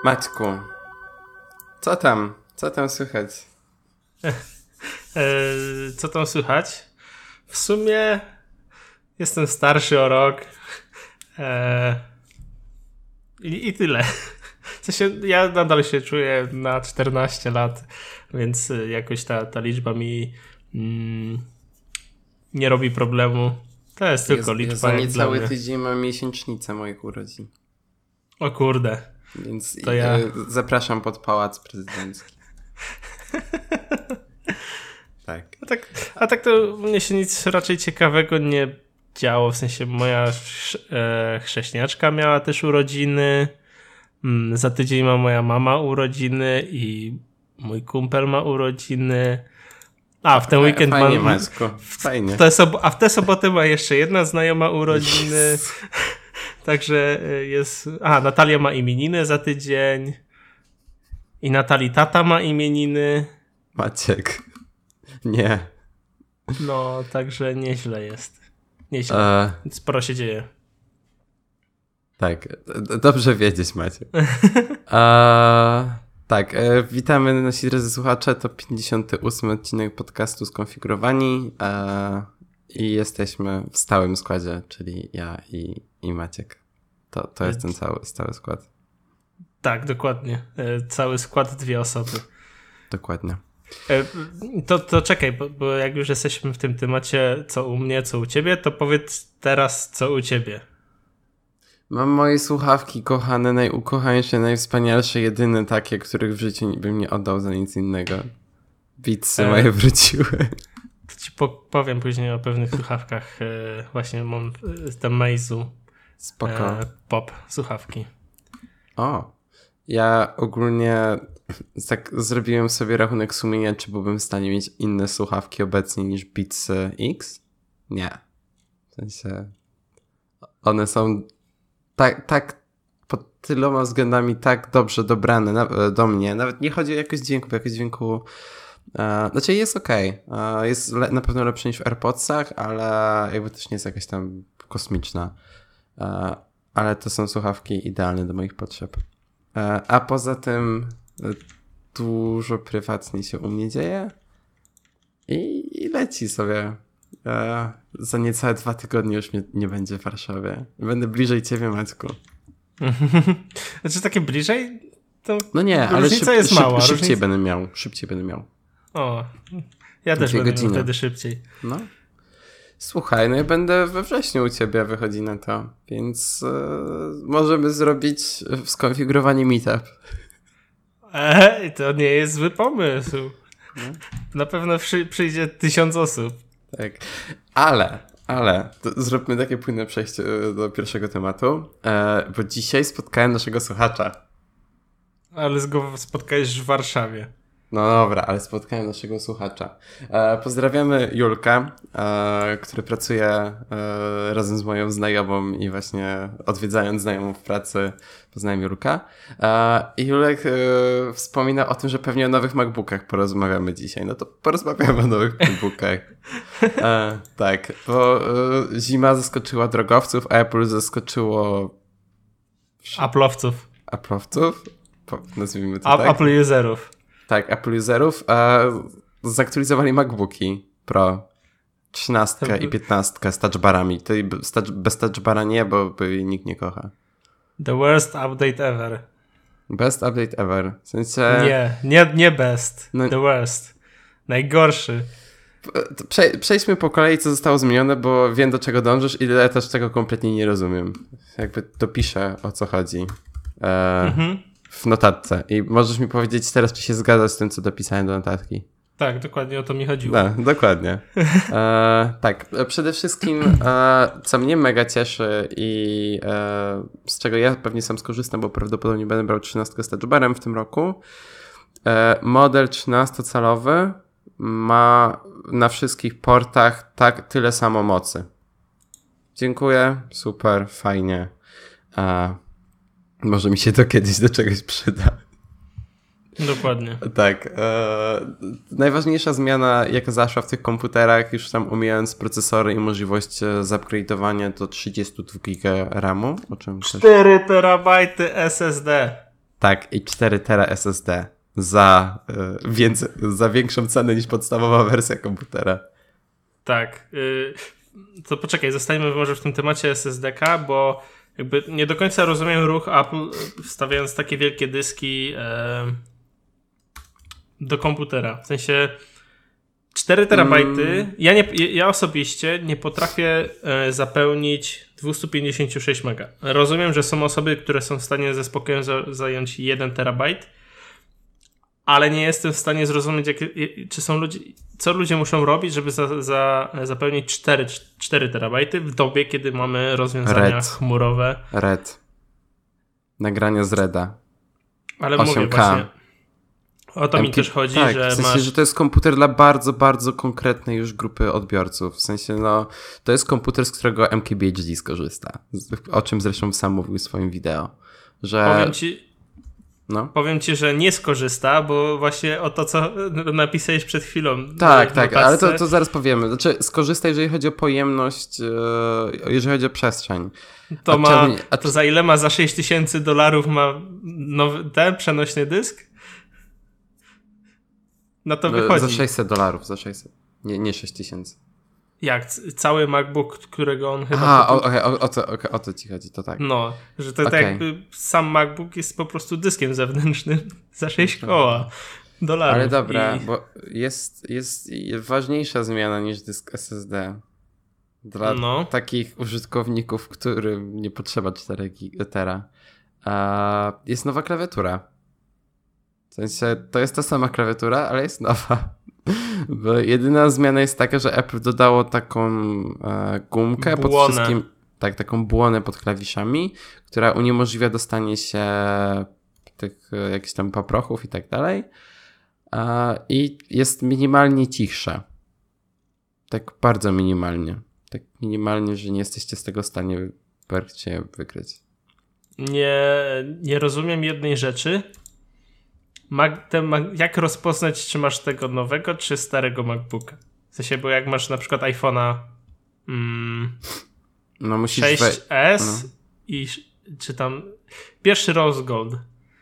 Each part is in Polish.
Maćku, co tam? Co tam słychać? Co tam słychać? W sumie jestem starszy o rok. I tyle. W sensie, ja nadal się czuję na 14 lat, więc jakoś ta liczba mi nie robi problemu. To jest tylko liczba. Za niecały tydzień mam miesięcznicę moich urodzin. O kurde. Więc to ja zapraszam pod Pałac Prezydencki. Tak. A tak to u mnie się nic raczej ciekawego nie działo. W sensie moja chrześniaczka miała też urodziny. Za tydzień ma moja mama urodziny i mój kumpel ma urodziny. A w ten weekend fajnie, fajnie. A w tę sobotę ma jeszcze jedna znajoma urodziny. Yes. Także jest... Natalia ma imieniny za tydzień. I Natalii tata ma imieniny. Maciek. Nie. No, także nieźle jest. Nieźle. Sporo się dzieje. Tak. Dobrze wiedzieć, Maciek. Tak. Witamy nasi drodzy słuchacze. To 58 odcinek podcastu Skonfigurowani. I jesteśmy w stałym składzie, czyli ja i Maciek. To jest ten stały skład. Tak, dokładnie. Cały skład, 2 osoby. Dokładnie. To czekaj, bo jak już jesteśmy w tym temacie, co u mnie, co u ciebie, to powiedz teraz, co u ciebie. Mam moje słuchawki kochane, najukochańsze, najwspanialsze, jedyne takie, których w życiu bym nie oddał za nic innego. Beatsy moje wróciły. To ci powiem później o pewnych słuchawkach. Właśnie mam te Meizu Pop słuchawki. O, ja ogólnie tak zrobiłem sobie rachunek sumienia, czy byłbym w stanie mieć inne słuchawki obecnie niż Beats X? Nie. W sensie one są tak pod tyloma względami tak dobrze dobrane do mnie. Nawet nie chodzi o jakość dźwięku, bo jakość dźwięku znaczy jest okej. Jest na pewno lepszy niż w AirPodsach, ale jakby też nie jest jakaś tam kosmiczna. Ale to są słuchawki idealne do moich potrzeb. A poza tym dużo prywatnie się u mnie dzieje i leci sobie. Za niecałe 2 tygodnie już mnie nie będzie w Warszawie. Będę bliżej ciebie, Maćku. Znaczy takie bliżej? To no nie, ale jest mała. Szybciej będę miał. O, ja też będę miał wtedy szybciej. No. Słuchaj, no ja będę we wrześniu u ciebie, wychodzi na to, więc możemy zrobić skonfigurowanie meetup. To nie jest zły pomysł. No. Na pewno przyjdzie 1000 osób. Tak, ale to zróbmy takie płynne przejście do pierwszego tematu, bo dzisiaj spotkałem naszego słuchacza. Ale go spotkałeś w Warszawie. No dobra, ale spotkałem naszego słuchacza. Pozdrawiamy Julkę, który pracuje razem z moją znajomą i właśnie odwiedzając znajomą w pracy poznałem Julka. I Julek wspomina o tym, że pewnie o nowych MacBookach porozmawiamy dzisiaj. No to porozmawiamy o nowych MacBookach. Tak, bo zima zaskoczyła drogowców, a Apple zaskoczyło... Apple'owców? Nazwijmy to tak. Apple userów. Tak, Apple userów zaktualizowali MacBooki Pro 13 i 15 z touchbarami. Bez touchbara nie, bo jej nikt nie kocha. The worst update ever. Best update ever. W sensie... Nie best. No... The worst. Najgorszy. Przejdźmy po kolei, co zostało zmienione, bo wiem, do czego dążysz i też tego kompletnie nie rozumiem. Jakby dopiszę, o co chodzi. W notatce. I możesz mi powiedzieć teraz, czy się zgadza z tym, co dopisałem do notatki. Tak, dokładnie o to mi chodziło. No, dokładnie. Tak, przede wszystkim, co mnie mega cieszy i z czego ja pewnie sam skorzystam, bo prawdopodobnie będę brał 13 z touchbarem w tym roku. Model 13-calowy ma na wszystkich portach tyle samo mocy. Dziękuję, super, fajnie. Może mi się to kiedyś do czegoś przyda. Dokładnie. Tak. Najważniejsza zmiana, jaka zaszła w tych komputerach, już tam omijając procesory i możliwość zupgrade'owania do 32 GB RAM-u. O czym 4 terabajty SSD. Tak, i 4 tera SSD za większą cenę niż podstawowa wersja komputera. Tak. To poczekaj, zostańmy może w tym temacie SSD-ka, bo jakby nie do końca rozumiem ruch Apple wstawiając takie wielkie dyski do komputera. W sensie 4 terabajty. Ja osobiście nie potrafię zapełnić 256 mega. Rozumiem, że są osoby, które są w stanie ze spokojem zająć 1 terabajt, ale nie jestem w stanie zrozumieć, czy są ludzie, co ludzie muszą robić, żeby zapełnić 4 terabajty w dobie, kiedy mamy rozwiązania chmurowe. Nagrania z Reda. Ale 8K. mówię właśnie, o to mi też chodzi, tak, że w sensie, że to jest komputer dla bardzo, bardzo konkretnej już grupy odbiorców. W sensie, to jest komputer, z którego MKBHD skorzysta. O czym zresztą sam mówił w swoim wideo. Że... Powiem ci, że nie skorzysta, bo właśnie o to, co napisałeś przed chwilą. Tak, ale to zaraz powiemy. Znaczy, skorzysta, jeżeli chodzi o pojemność, jeżeli chodzi o przestrzeń. To za ile ma? Za $6,000 ma ten przenośny dysk? No to wychodzi. Za $600, za 600. Nie 6,000. Jak? Cały MacBook, którego on chyba... O to ci chodzi, to tak. No, że to tak jakby sam MacBook jest po prostu dyskiem zewnętrznym za 6 koła dolarów. Ale dobra, bo jest ważniejsza zmiana niż dysk SSD. Dla takich użytkowników, którym nie potrzeba 4 tera. Jest nowa klawiatura. W sensie, to jest ta sama klawiatura, ale jest nowa. Bo jedyna zmiana jest taka, że Apple dodało taką gumkę pod wszystkim, taką błonę pod klawiszami, która uniemożliwia dostanie się tych jakichś tam paprochów i tak dalej. I jest minimalnie cichsze. Tak bardzo minimalnie. Tak minimalnie, że nie jesteście z tego w stanie wykryć. Nie rozumiem jednej rzeczy. Jak rozpoznać, czy masz tego nowego, czy starego MacBooka? W sensie, bo jak masz na przykład iPhone'a musisz 6S i czy tam pierwszy Rose Gold,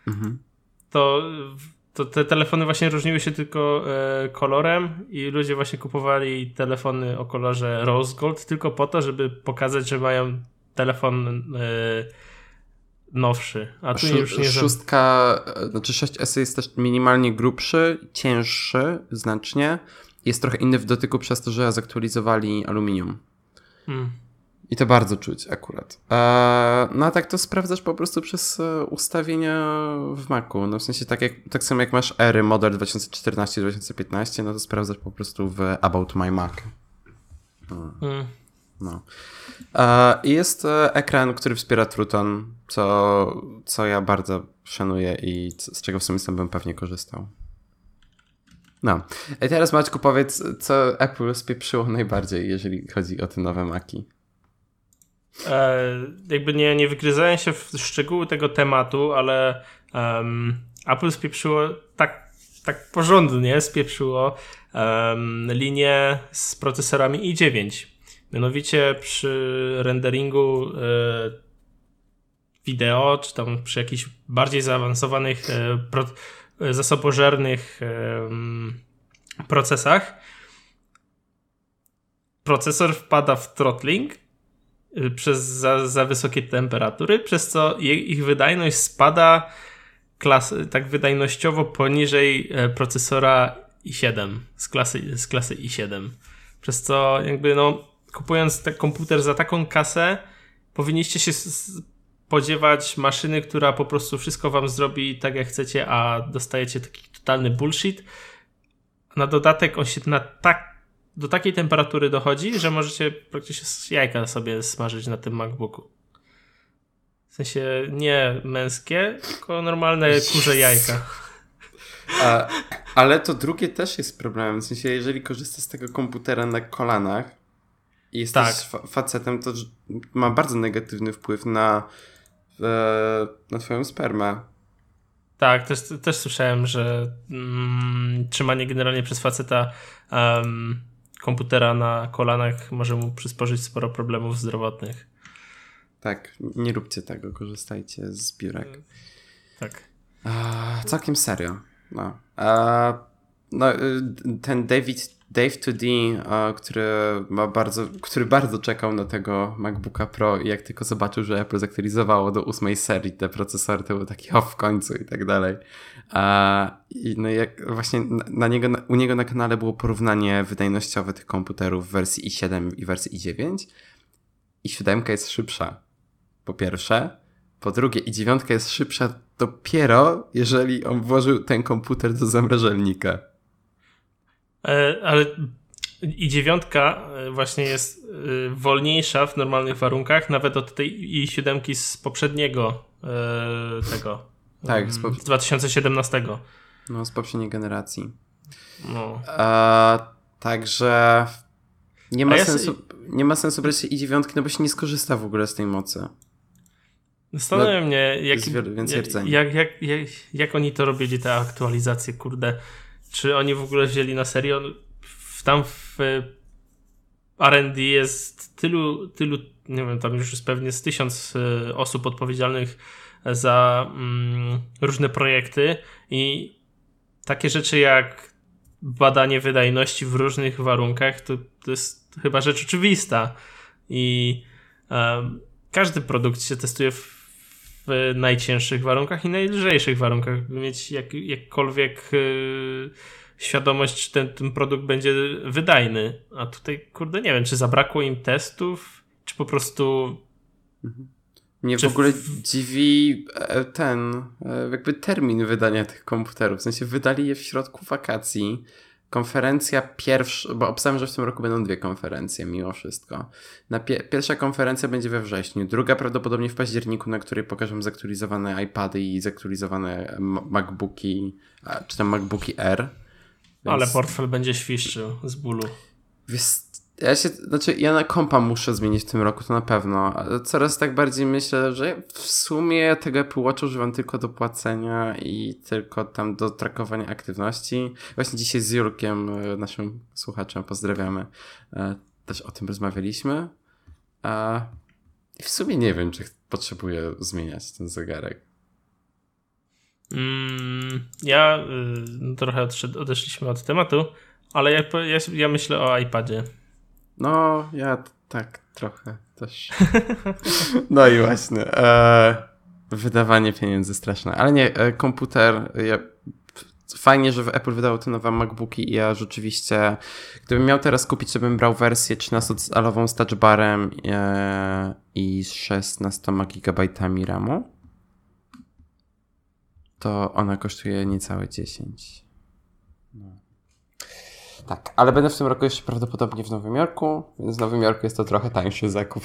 to te telefony właśnie różniły się tylko kolorem i ludzie właśnie kupowali telefony o kolorze Rose Gold tylko po to, żeby pokazać, że mają telefon nowszy, a tu już nie... 6S jest też minimalnie grubszy, cięższy znacznie. Jest trochę inny w dotyku przez to, że zaktualizowali aluminium. I to bardzo czuć akurat. A tak to sprawdzasz po prostu przez ustawienia w Macu. No w sensie tak samo jak masz ery model 2014-2015, no to sprawdzasz po prostu w About My Mac. Jest ekran, który wspiera Truton, co ja bardzo szanuję i z czego w sumie sam bym pewnie korzystał. I teraz Maćku, powiedz, co Apple spieprzyło najbardziej, jeżeli chodzi o te nowe Maci. Jakby nie wygryzałem się w szczegóły tego tematu, ale Apple spieprzyło tak porządnie spieprzyło linię z procesorami i9. Mianowicie przy renderingu wideo, czy tam przy jakichś bardziej zaawansowanych zasobożernych procesach, procesor wpada w throttling przez za wysokie temperatury, przez co ich wydajność spada tak wydajnościowo poniżej procesora i7 z klasy i7. Przez co jakby kupując ten komputer za taką kasę, powinniście się spodziewać maszyny, która po prostu wszystko wam zrobi tak jak chcecie, a dostajecie taki totalny bullshit. Na dodatek on się do takiej temperatury dochodzi, że możecie praktycznie jajka sobie smażyć na tym MacBooku. W sensie nie męskie, tylko normalne kurze jajka. Ale to drugie też jest problemem. W sensie, jeżeli korzystasz z tego komputera na kolanach i jesteś facetem, to ma bardzo negatywny wpływ na twoją spermę. Tak, też słyszałem, że trzymanie generalnie przez faceta komputera na kolanach może mu przysporzyć sporo problemów zdrowotnych. Tak, nie róbcie tego, korzystajcie z biurek. Tak. Całkiem serio. No. Ten Dave 2D, który bardzo czekał na tego MacBooka Pro i jak tylko zobaczył, że Apple zaktualizowało do 8 serii te procesory, to był taki w końcu i tak dalej. No jak właśnie u niego na kanale było porównanie wydajnościowe tych komputerów w wersji i7 i wersji i9 i 7 jest szybsza, po pierwsze. Po drugie, i9 jest szybsza dopiero, jeżeli on włożył ten komputer do zamrażalnika. Ale i9 właśnie jest wolniejsza w normalnych warunkach, nawet od tej i7 z poprzedniego tego. Tak, z 2017. No, z poprzedniej generacji. No. Także nie ma sensu brać i9, no bo się nie skorzysta w ogóle z tej mocy. Zastanawia mnie, jak oni to robili, te aktualizacje, kurde. Czy oni w ogóle wzięli na serio? Tam w R&D jest tylu, nie wiem, tam już jest pewnie z 1000 osób odpowiedzialnych za różne projekty i takie rzeczy jak badanie wydajności w różnych warunkach, to jest chyba rzecz oczywista i każdy produkt się testuje w najcięższych warunkach i najlżejszych warunkach, by mieć jakkolwiek świadomość, czy ten produkt będzie wydajny. A tutaj, kurde, nie wiem, czy zabrakło im testów, czy po prostu... Mnie w ogóle dziwi jakby termin wydania tych komputerów. W sensie wydali je w środku wakacji. Konferencja pierwsza, bo obstawiam, że w tym roku będą 2 konferencje mimo wszystko. Pierwsza konferencja będzie we wrześniu, druga prawdopodobnie w październiku, na której pokażą zaktualizowane iPady i zaktualizowane MacBooki, czy tam MacBooki Air. Więc... Ale portfel będzie świszczył z bólu. Ja na kompa muszę zmienić w tym roku, to na pewno. Ale coraz tak bardziej myślę, że w sumie tego Apple Watch używam tylko do płacenia i tylko tam do trakowania aktywności. Właśnie dzisiaj z Jurkiem, naszym słuchaczem, pozdrawiamy, też o tym rozmawialiśmy. I w sumie nie wiem, czy potrzebuję zmieniać ten zegarek. Trochę odeszliśmy od tematu, ale ja myślę o iPadzie. No, ja tak trochę też. No i właśnie. Wydawanie pieniędzy straszne. Ale nie, komputer. Fajnie, że Apple wydało te nowe MacBooki i ja rzeczywiście, gdybym miał teraz kupić, to bym brał wersję 13-calową z touch barem i z 16 GB RAMu. To ona kosztuje niecałe 10. No. Tak, ale będę w tym roku jeszcze prawdopodobnie w Nowym Jorku, więc w Nowym Jorku jest to trochę tańszy zakup.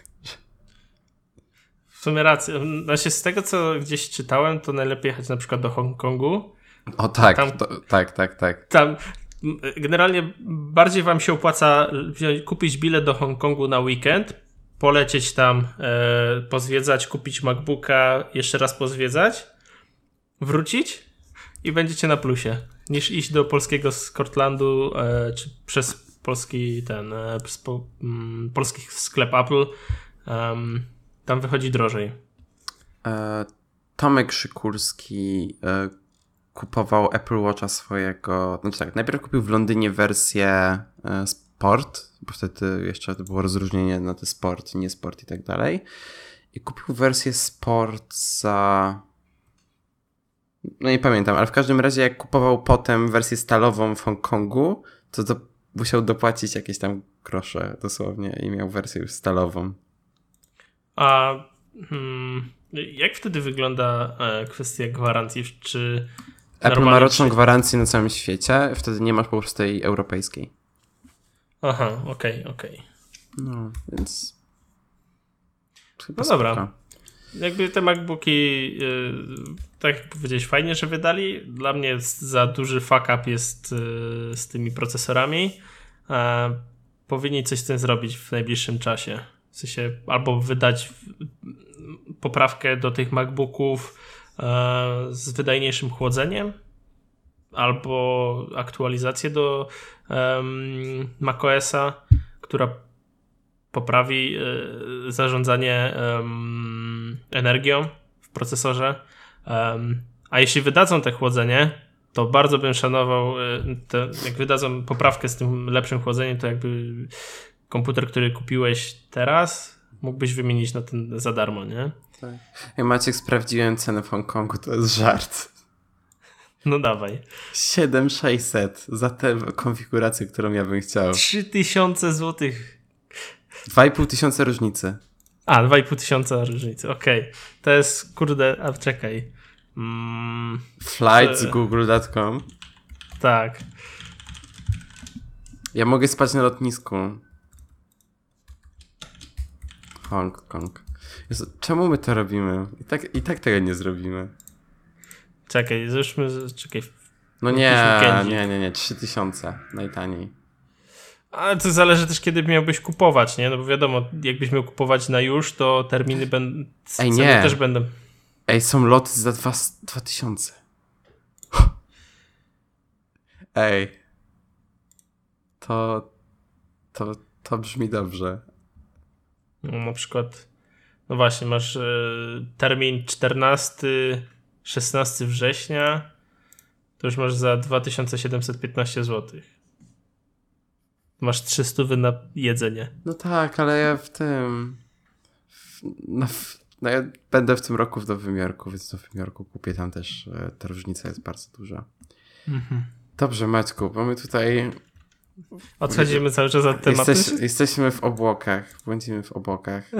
W sumie rację. Znaczy z tego, co gdzieś czytałem, to najlepiej jechać na przykład do Hongkongu. O tak, tak. Tam generalnie bardziej wam się opłaca kupić bilet do Hongkongu na weekend, polecieć tam, pozwiedzać, kupić MacBooka, jeszcze raz pozwiedzać, wrócić i będziecie na plusie, niż iść do polskiego Scotlandu czy przez polski polski sklep Apple. Tam wychodzi drożej. Tomek Szykulski kupował Apple Watcha swojego, znaczy tak, najpierw kupił w Londynie wersję Sport, bo wtedy jeszcze to było rozróżnienie na te Sport, nie Sport i tak dalej. I kupił wersję Sport za... No nie pamiętam, ale w każdym razie jak kupował potem wersję stalową w Hongkongu, to musiał dopłacić jakieś tam grosze dosłownie i miał wersję już stalową. A jak wtedy wygląda kwestia gwarancji? Czy Apple ma roczną gwarancję na całym świecie, wtedy nie masz po prostu tej europejskiej. Aha, okej. No, więc... No dobra. Jakby te MacBooki, tak jak powiedziałeś, fajnie, że wydali. Dla mnie za duży fuck up jest z tymi procesorami. Powinni coś z tym zrobić w najbliższym czasie. W sensie albo wydać poprawkę do tych MacBooków z wydajniejszym chłodzeniem, albo aktualizację do macOSa, która poprawi zarządzanie energią w procesorze, A jeśli wydadzą te chłodzenie, to bardzo bym szanował, jak wydadzą poprawkę z tym lepszym chłodzeniem, to jakby komputer, który kupiłeś teraz, mógłbyś wymienić na ten za darmo, nie? Tak. Ja Maciek, sprawdziłem cenę w Hongkongu, to jest żart. No dawaj. 7600 za tę konfigurację, którą ja bym chciał. 3000 złotych. 2500 różnicy. 2500 różnicy, okej. To jest, kurde, a czekaj. Flight z google.com. Tak. Ja mogę spać na lotnisku. Hongkong. Jezu, czemu my to robimy? I tak tego nie zrobimy. Czekaj, czekaj. No nie. 3000 najtaniej. Ale to zależy też, kiedy miałbyś kupować, nie? No bo wiadomo, jakbyś miał kupować na już, to terminy też będą. Ej, są loty za 2000. Ej. To brzmi dobrze. No, na przykład, no właśnie, masz termin 16 września, to już masz za 2715 zł. Masz 300 na jedzenie. No tak, ale ja ja będę w tym roku w Nowym Jorku, więc w Nowym Jorku kupię, tam też ta różnica jest bardzo duża. Mhm. Dobrze, Maćku, bo my tutaj odchodzimy cały czas od tematu. Jesteśmy w obłokach. Błądzimy w obłokach.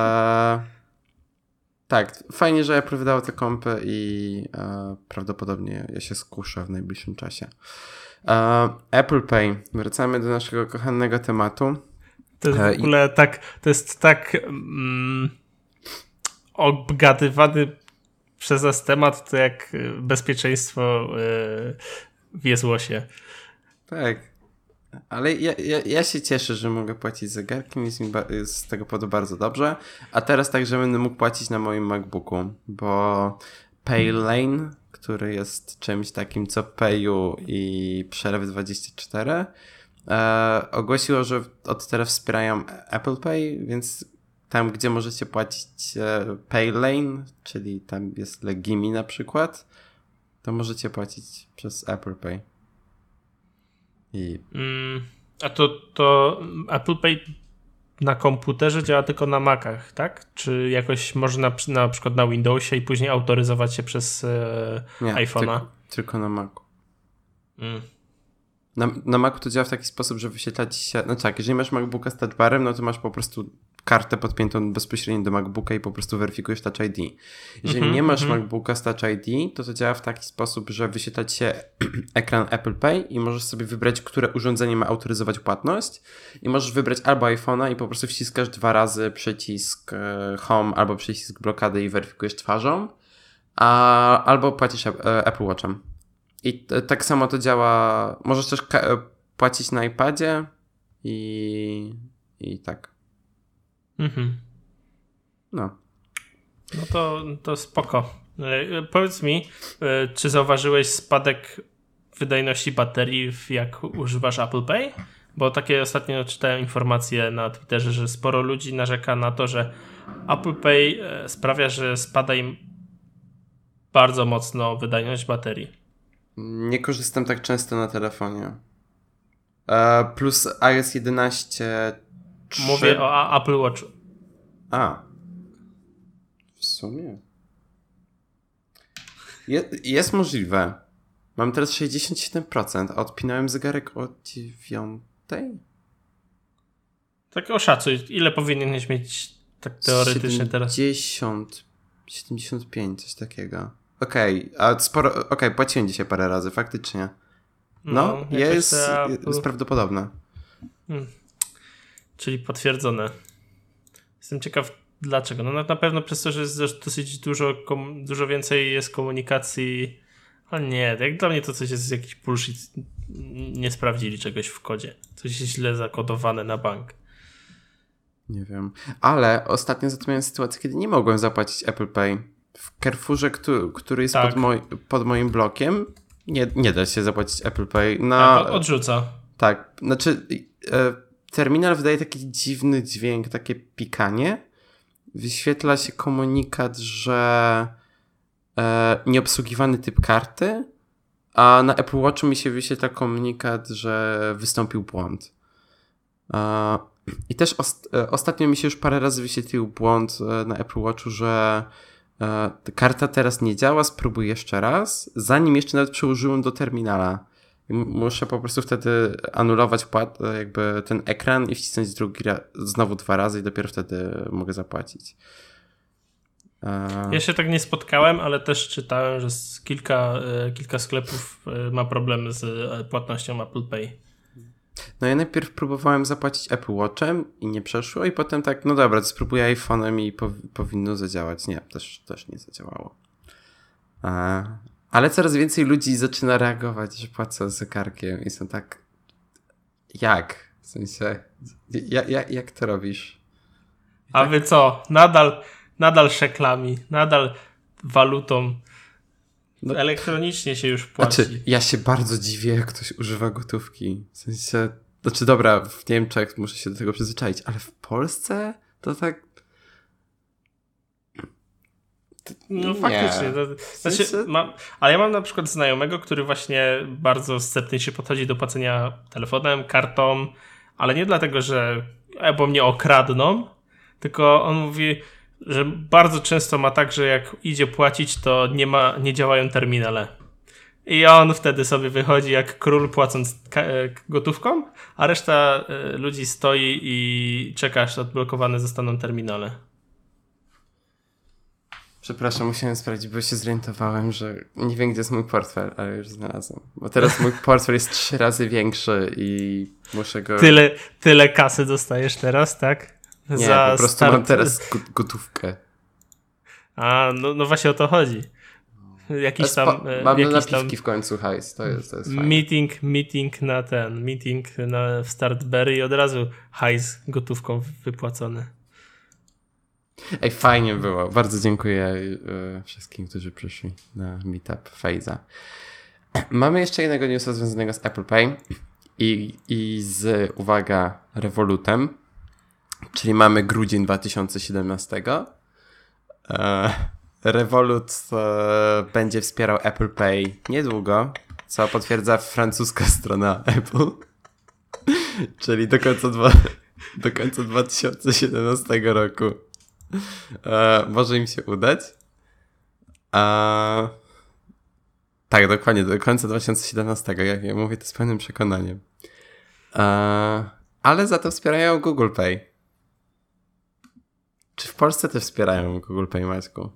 Tak, fajnie, że Apple wydało te kompy i prawdopodobnie ja się skuszę w najbliższym czasie. Apple Pay. Wracamy do naszego kochanego tematu. To jest w ogóle tak obgadywany przez nas temat, to jak bezpieczeństwo w Jezłosie. Tak. Ale ja się cieszę, że mogę płacić zegarkiem, jest mi z tego powodu bardzo dobrze. A teraz także będę mógł płacić na moim MacBooku, bo PayLane, który jest czymś takim co Payu i Przelew24, ogłosiło, że od teraz wspierają Apple Pay, więc tam, gdzie możecie płacić PayLane, czyli tam jest Legimi na przykład, to możecie płacić przez Apple Pay. A to Apple Pay na komputerze działa tylko na Macach, tak? Czy jakoś można na przykład na Windowsie i później autoryzować się przez iPhone'a? Tylko na Macu. Na Macu to działa w taki sposób, że wyświetla ci się... No tak, jeżeli masz MacBooka z Touch Barem, no to masz po prostu kartę podpiętą bezpośrednio do MacBooka i po prostu weryfikujesz Touch ID. Jeżeli nie masz MacBooka z Touch ID, to działa w taki sposób, że wyświetla ci się ekran Apple Pay i możesz sobie wybrać, które urządzenie ma autoryzować płatność i możesz wybrać albo iPhone'a i po prostu wciskasz 2 razy przycisk Home albo przycisk blokady i weryfikujesz twarzą, albo płacisz Apple Watchem. I tak samo to działa. Możesz też płacić na iPadzie i tak. No. No to spoko. Powiedz mi, czy zauważyłeś spadek wydajności baterii, jak używasz Apple Pay? Bo takie ostatnio czytałem informacje na Twitterze, że sporo ludzi narzeka na to, że Apple Pay sprawia, że spada im bardzo mocno wydajność baterii. Nie korzystam tak często na telefonie. Plus iOS 11. Mówię o Apple Watch. W sumie. Jest możliwe. Mam teraz 67%, a odpinałem zegarek o 9. Tak oszacuj, ile powinieneś mieć tak teoretycznie teraz? 75, coś takiego. Okej, płaciłem dzisiaj parę razy, faktycznie. Jest prawdopodobne. Czyli potwierdzone. Jestem ciekaw dlaczego. No na pewno przez to, że jest dosyć dużo więcej jest komunikacji. Ale nie, jak dla mnie to coś jest jakiś bullshit. Nie sprawdzili czegoś w kodzie. Coś jest źle zakodowane na bank. Nie wiem. Ale ostatnio miałem sytuację, kiedy nie mogłem zapłacić Apple Pay. W Carrefourze, który jest pod moim blokiem, nie da się zapłacić Apple Pay. Odrzuca. Tak, znaczy terminal wydaje taki dziwny dźwięk, takie pikanie. Wyświetla się komunikat, że nieobsługiwany typ karty, a na Apple Watchu mi się wyświetla komunikat, że wystąpił błąd. I też ostatnio mi się już parę razy wyświetlił błąd na Apple Watchu, że karta teraz nie działa, spróbuj jeszcze raz, zanim jeszcze nawet przyłożyłem do terminala. Muszę po prostu wtedy anulować jakby ten ekran i wcisnąć znowu 2 razy i dopiero wtedy mogę zapłacić. Ja się tak nie spotkałem, ale też czytałem, że kilka sklepów ma problemy z płatnością Apple Pay. No ja najpierw próbowałem zapłacić Apple Watchem i nie przeszło i potem tak, no dobra, to spróbuję iPhone'em i powinno zadziałać. Nie, też nie zadziałało. Ale coraz więcej ludzi zaczyna reagować, że płacą zegarkiem i są tak, jak? W sensie, jak to robisz? A wy co? Nadal szeklami, nadal walutą. No, elektronicznie się już płaci. Znaczy, ja się bardzo dziwię, jak ktoś używa gotówki. W sensie, dobra, w Niemczech muszę się do tego przyzwyczaić, ale w Polsce to tak... No faktycznie. Znaczy, ale ja mam na przykład znajomego, który właśnie bardzo sceptycznie podchodzi do płacenia telefonem, kartą, ale nie dlatego, że bo mnie okradną, tylko on mówi, że bardzo często ma tak, że jak idzie płacić, to nie działają terminale. I on wtedy sobie wychodzi jak król płacąc gotówką, a reszta ludzi stoi i czeka, aż odblokowane zostaną terminale. Przepraszam, musiałem sprawdzić, bo się zorientowałem, że nie wiem, gdzie jest mój portfel, ale już znalazłem. Bo teraz mój portfel jest 3 razy większy i muszę go... Tyle kasy dostajesz teraz, tak? Nie, po prostu mam teraz gotówkę. No właśnie o to chodzi. Jakiś tam... Mam na napiwki w końcu hajs, to jest fajne. Meeting w Startberry i od razu hajs gotówką wypłacony. Ej, fajnie było. Bardzo dziękuję wszystkim, którzy przyszli na meetup Fejza. Mamy jeszcze jednego newsa związanego z Apple Pay i z, uwaga, Revolutem, czyli mamy grudzień 2017. Revolut będzie wspierał Apple Pay niedługo, co potwierdza francuska strona Apple, czyli do końca 2017 roku. Może im się udać. Tak, dokładnie, do końca 2017, jak ja mówię to z pełnym przekonaniem. Ale za to wspierają Google Pay. Czy w Polsce też wspierają Google Pay, Maćku?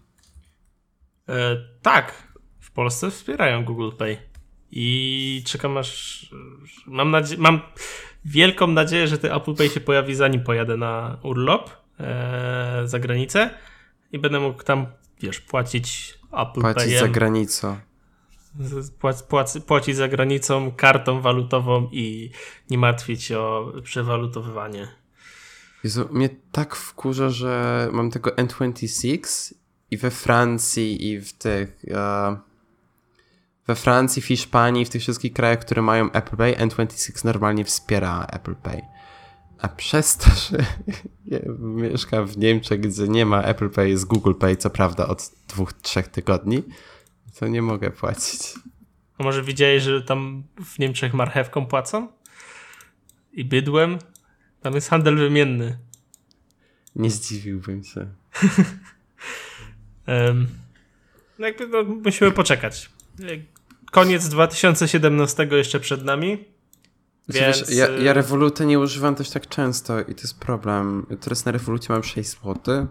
Tak, w Polsce wspierają Google Pay. I czekam aż... Mam wielką nadzieję, że ten Apple Pay się pojawi, zanim pojadę na urlop za granicę i będę mógł tam, płacić Apple Payem. Płacić za granicą. Płacić za granicą kartą walutową i nie martwić się o przewalutowywanie. Jezu, mnie tak wkurza, że mam tego N26 i we Francji i w tych... we Francji, w Hiszpanii, w tych wszystkich krajach, które mają Apple Pay, N26 normalnie wspiera Apple Pay. A przez to, że ja mieszkam w Niemczech, gdzie nie ma Apple Pay, z Google Pay, co prawda od 2-3 tygodni, to nie mogę płacić. A może widziałeś, że tam w Niemczech marchewką płacą? I bydłem? Tam jest handel wymienny. Nie zdziwiłbym się. Musimy poczekać. Koniec 2017 jeszcze przed nami. Więc... Wiesz, ja Revoluta nie używam też tak często i to jest problem. Teraz na Revolucie mam 6 zł,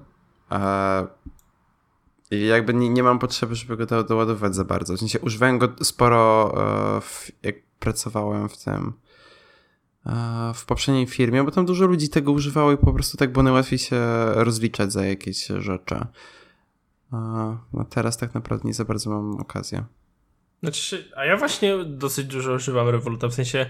i jakby nie mam potrzeby, żeby go doładować za bardzo. W sensie używałem go sporo, jak pracowałem w poprzedniej firmie, bo tam dużo ludzi tego używało i po prostu tak było najłatwiej się rozliczać za jakieś rzeczy. A teraz tak naprawdę nie za bardzo mam okazję. Znaczy, a ja właśnie dosyć dużo używam Revoluta, w sensie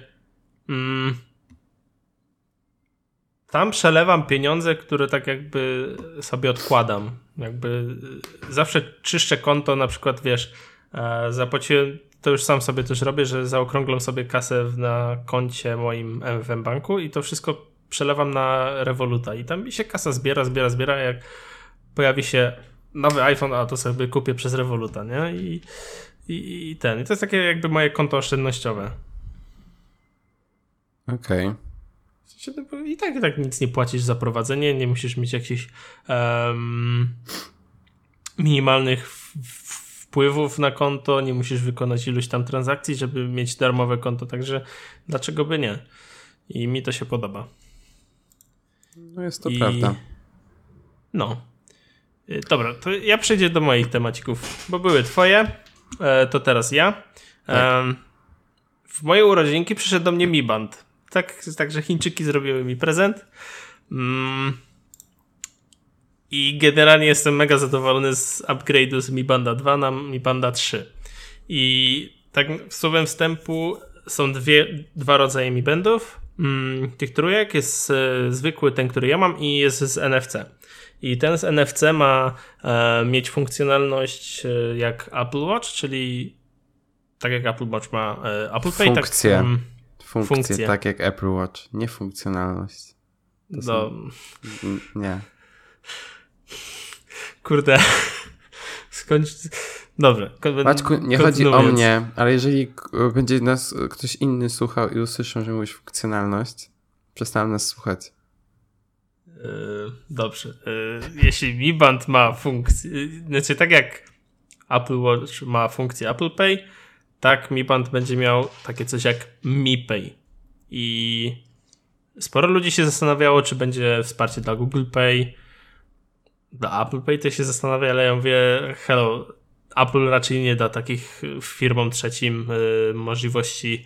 tam przelewam pieniądze, które tak jakby sobie odkładam. Jakby zawsze czyszczę konto, na przykład zapłaciłem, to już sam sobie też robię, że zaokrąglam sobie kasę na koncie moim MFM Banku i to wszystko przelewam na Revoluta i tam mi się kasa zbiera, jak pojawi się nowy iPhone, a to sobie kupię przez Revoluta, nie? I to jest takie jakby moje konto oszczędnościowe. Okej. I tak nic nie płacisz za prowadzenie, nie musisz mieć jakichś minimalnych wpływów na konto, nie musisz wykonać iluś tam transakcji, żeby mieć darmowe konto, także dlaczego by nie? I mi to się podoba. No jest to prawda. No. Dobra, to ja przejdę do moich temacików, bo były twoje, to teraz ja. Tak. W moje urodzinki przyszedł do mnie Mi Band. Także Chińczyki zrobiły mi prezent. I generalnie jestem mega zadowolony z upgrade'u z Mi Banda 2 na Mi Banda 3. I tak słowem wstępu są dwa rodzaje Mi Bandów. Tych trójek jest zwykły, ten, który ja mam, i jest z NFC. I ten z NFC ma mieć funkcjonalność jak Apple Watch, czyli tak jak Apple Watch ma Apple Pay. Funkcje, tak jak Apple Watch. Nie funkcjonalność. Nie. Kurde. Dobrze. Maćku, nie chodzi o mnie, ale jeżeli będzie nas ktoś inny słuchał i usłyszał, że mówisz funkcjonalność, przestałem nas słuchać. Dobrze. Jeśli Mi Band ma funkcję, znaczy tak jak Apple Watch ma funkcję Apple Pay, tak Mi Band będzie miał takie coś jak Mi Pay. I sporo ludzi się zastanawiało, czy będzie wsparcie dla Google Pay. Dla Apple Pay też się zastanawia, ale ja mówię, hello, Apple raczej nie da takich firmom trzecim możliwości,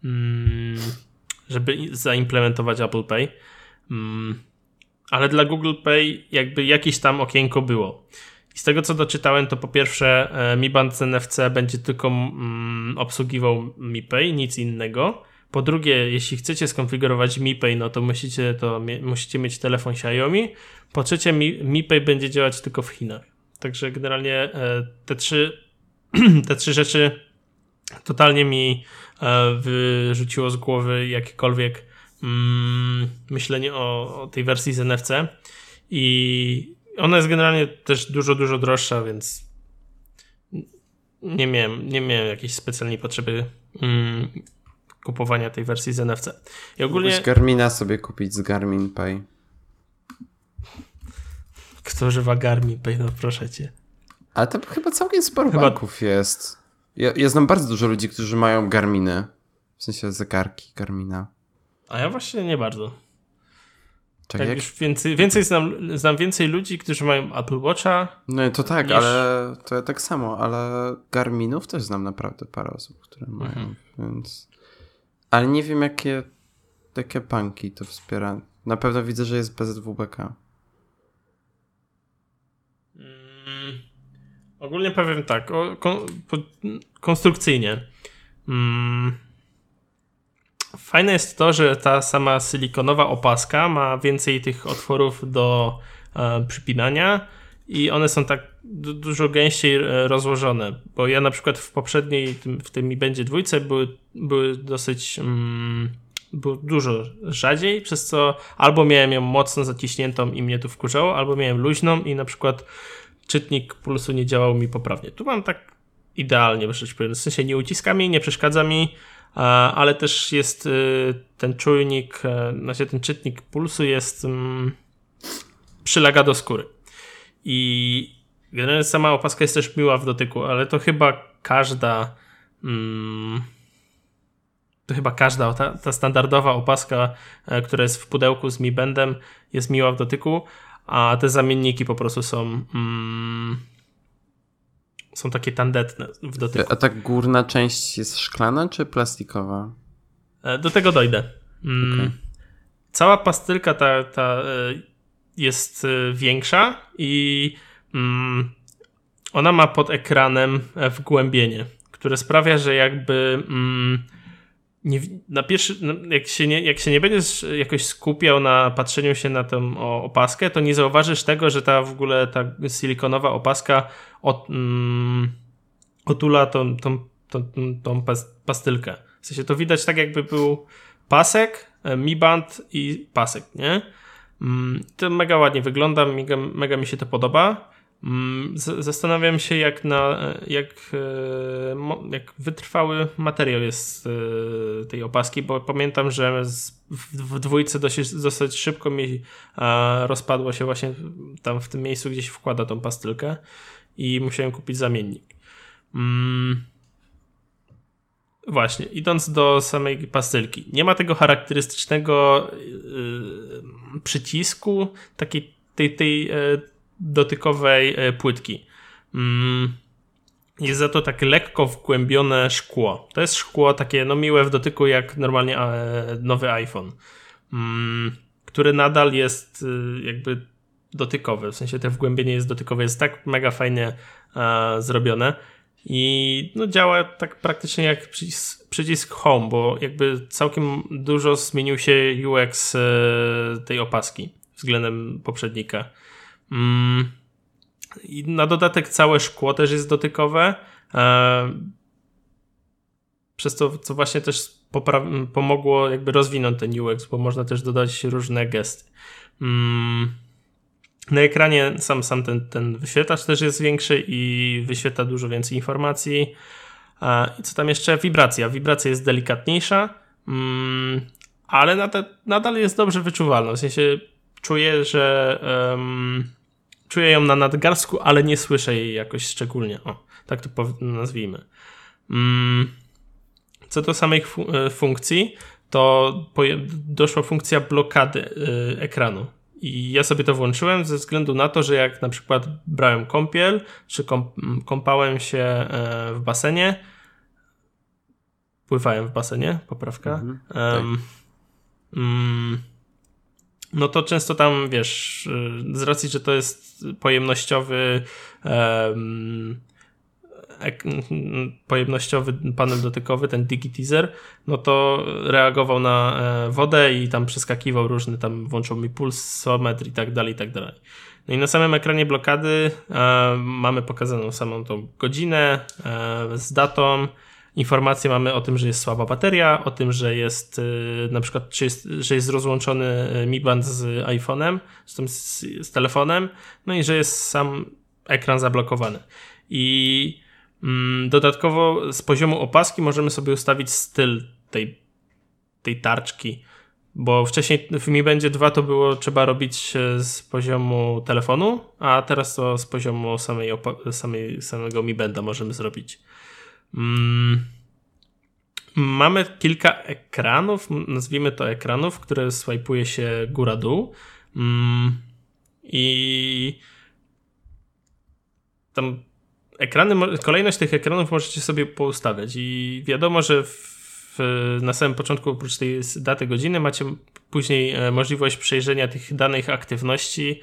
żeby zaimplementować Apple Pay. Ale dla Google Pay jakby jakieś tam okienko było. I z tego co doczytałem, to po pierwsze Mi Band z NFC będzie tylko obsługiwał Mi Pay, nic innego. Po drugie, jeśli chcecie skonfigurować Mi Pay, no to musicie mieć telefon Xiaomi. Po trzecie, Mi Pay będzie działać tylko w Chinach. Także generalnie te trzy rzeczy totalnie mi wyrzuciło z głowy jakiekolwiek myślenie o tej wersji z NFC. I ona jest generalnie też dużo, dużo droższa, więc nie miałem jakiejś specjalnej potrzeby kupowania tej wersji z NFC. I ogólnie... Mógłbyś Garmina sobie kupić z Garmin Pay. Kto używa Garmin Pay? No proszę cię. Ale to chyba całkiem sporo banków jest. Ja znam bardzo dużo ludzi, którzy mają Garminy. W sensie zegarki Garmina. A ja właśnie nie bardzo. Tak jak... już więcej znam więcej ludzi, którzy mają Apple Watcha. No to tak, ale to ja tak samo, ale Garminów też znam naprawdę parę osób, które mają, więc... Ale nie wiem, jakie banki to wspiera. Na pewno widzę, że jest BZWBK. Ogólnie powiem tak, konstrukcyjnie. Fajne jest to, że ta sama silikonowa opaska ma więcej tych otworów do przypinania i one są tak dużo gęściej rozłożone, bo ja na przykład w poprzedniej, w tym Mi Bandzie 2 były dosyć było dużo rzadziej, przez co albo miałem ją mocno zaciśniętą i mnie to wkurzało, albo miałem luźną i na przykład czytnik pulsu nie działał mi poprawnie. Tu mam tak idealnie, w sensie nie uciska mi, nie przeszkadza mi, ale też jest ten czujnik, znaczy ten czytnik pulsu jest przylega do skóry. I generalnie sama opaska jest też miła w dotyku, ale to chyba każda ta standardowa opaska, która jest w pudełku z Mi Bandem, jest miła w dotyku, a te zamienniki po prostu są takie tandetne w dotyku. A ta górna część jest szklana czy plastikowa? Do tego dojdę. Okay. Cała pastylka ta jest większa i ona ma pod ekranem wgłębienie, które sprawia, że jakby jak się nie będziesz jakoś skupiał na patrzeniu się na tę opaskę, to nie zauważysz tego, że ta silikonowa opaska otula tą pastylkę. W sensie to widać tak, jakby był pasek, Mi Band i pasek, nie? To mega ładnie wygląda, mega mi się to podoba. Zastanawiam się, jak wytrwały materiał jest tej opaski, bo pamiętam, że w dwójce dosyć szybko mi rozpadło się właśnie tam w tym miejscu, gdzie się wkłada tą pastylkę i musiałem kupić zamiennik. Właśnie, idąc do samej pastylki. Nie ma tego charakterystycznego przycisku, tej dotykowej płytki. Jest za to takie lekko wgłębione szkło. To jest szkło takie miłe w dotyku jak normalnie nowy iPhone, który nadal jest jakby dotykowy. W sensie to wgłębienie jest dotykowe, jest tak mega fajnie zrobione i działa tak praktycznie jak przycisk Home, bo jakby całkiem dużo zmienił się UX tej opaski względem poprzednika. I na dodatek całe szkło też jest dotykowe, przez to, co właśnie też pomogło jakby rozwinąć ten UX, bo można też dodać różne gesty. Na ekranie sam ten wyświetlacz też jest większy i wyświetla dużo więcej informacji. I co tam jeszcze? Wibracja. Wibracja jest delikatniejsza, ale nadal jest dobrze wyczuwalna. W sensie czuję, że czuję ją na nadgarstku, ale nie słyszę jej jakoś szczególnie. Tak to nazwijmy. Co do samej funkcji, to doszła funkcja blokady ekranu. I ja sobie to włączyłem ze względu na to, że jak na przykład brałem kąpiel, czy kąpałem się w basenie, pływałem w basenie, poprawka, no to często tam, wiesz, z racji, że to jest pojemnościowy panel dotykowy, ten DigiTeaser, no to reagował na wodę i tam przeskakiwał różny, tam włączył mi pulsometr i tak dalej, i tak dalej. No i na samym ekranie blokady mamy pokazaną samą tą godzinę z datą. Informacje mamy o tym, że jest słaba bateria, o tym, że jest na przykład, że jest rozłączony Mi Band z iPhone'em, z telefonem, no i że jest sam ekran zablokowany. I dodatkowo z poziomu opaski możemy sobie ustawić styl tej tarczki, bo wcześniej w Mi Bandzie 2 to było trzeba robić z poziomu telefonu, a teraz to z poziomu samego Mi Banda możemy zrobić. Mamy kilka ekranów, nazwijmy to ekranów, które swajpuje się góra-dół i tam kolejność tych ekranów możecie sobie poustawiać i wiadomo, że na samym początku oprócz tej daty godziny macie później możliwość przejrzenia tych danych aktywności,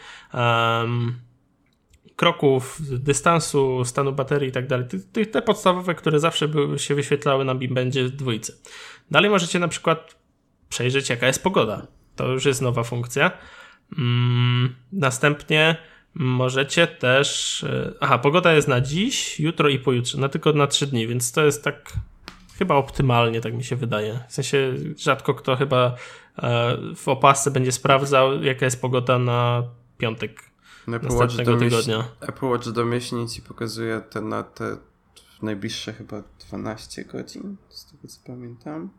kroków, dystansu, stanu baterii i tak dalej. Te podstawowe, które zawsze się wyświetlały na Mi Bandzie w dwójce. Dalej możecie na przykład przejrzeć, jaka jest pogoda. To już jest nowa funkcja. Następnie możecie też... pogoda jest na dziś, jutro i pojutrze. Tylko na 3 dni, więc to jest tak chyba optymalnie, tak mi się wydaje. W sensie rzadko kto chyba w opasce będzie sprawdzał, jaka jest pogoda na piątek. Apple Watch domyślnie ci pokazuje te najbliższe chyba 12 godzin, z tego co pamiętam.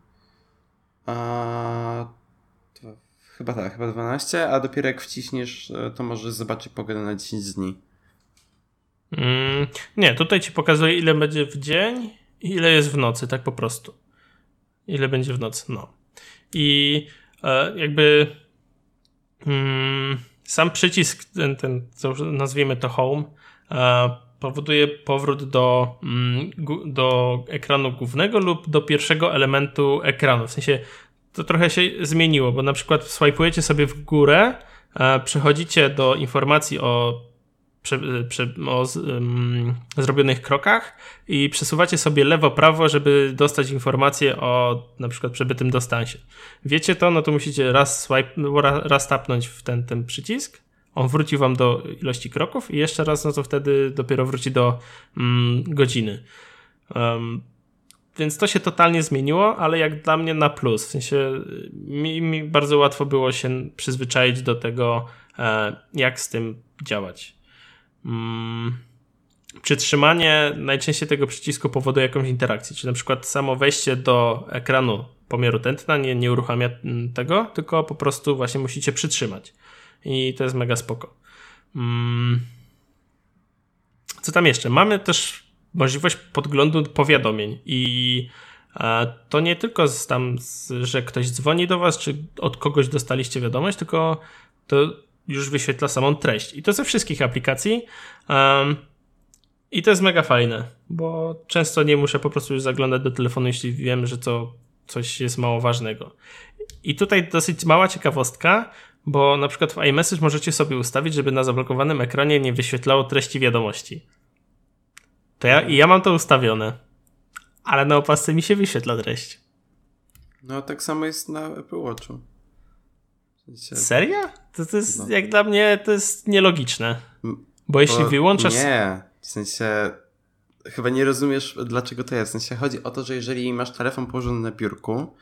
Chyba 12, a dopiero jak wciśniesz, to możesz zobaczyć pogodę na 10 dni. Nie, tutaj ci pokazuje, ile będzie w dzień i ile jest w nocy, tak po prostu. Ile będzie w nocy, no. I jakby sam przycisk, ten co nazwijmy to Home, powoduje powrót do ekranu głównego lub do pierwszego elementu ekranu. W sensie to trochę się zmieniło, bo na przykład swajpujecie sobie w górę, przechodzicie do informacji o zrobionych krokach i przesuwacie sobie lewo-prawo, żeby dostać informację o na przykład przebytym dystansie. Wiecie to, no to musicie raz tapnąć w ten przycisk, on wróci wam do ilości kroków i jeszcze raz, no to wtedy dopiero wróci do godziny. Więc to się totalnie zmieniło, ale jak dla mnie na plus. W sensie mi bardzo łatwo było się przyzwyczaić do tego, jak z tym działać. Przytrzymanie najczęściej tego przycisku powoduje jakąś interakcję, czyli na przykład samo wejście do ekranu pomiaru tętna nie uruchamia tego, tylko po prostu właśnie musicie przytrzymać i to jest mega spoko. Co tam jeszcze? Mamy też możliwość podglądu powiadomień i to nie tylko że ktoś dzwoni do was, czy od kogoś dostaliście wiadomość, tylko to już wyświetla samą treść. I to ze wszystkich aplikacji. I to jest mega fajne, bo często nie muszę po prostu już zaglądać do telefonu, jeśli wiem, że coś jest mało ważnego. I tutaj dosyć mała ciekawostka, bo na przykład w iMessage możecie sobie ustawić, żeby na zablokowanym ekranie nie wyświetlało treści wiadomości. Ja mam to ustawione, ale na opasce mi się wyświetla treść. No tak samo jest na Apple Watchu. Serio? To jest jak dla mnie to jest nielogiczne. Bo jeśli wyłączasz... Nie, w sensie chyba nie rozumiesz, dlaczego to jest. W sensie chodzi o to, że jeżeli masz telefon położony na biurku,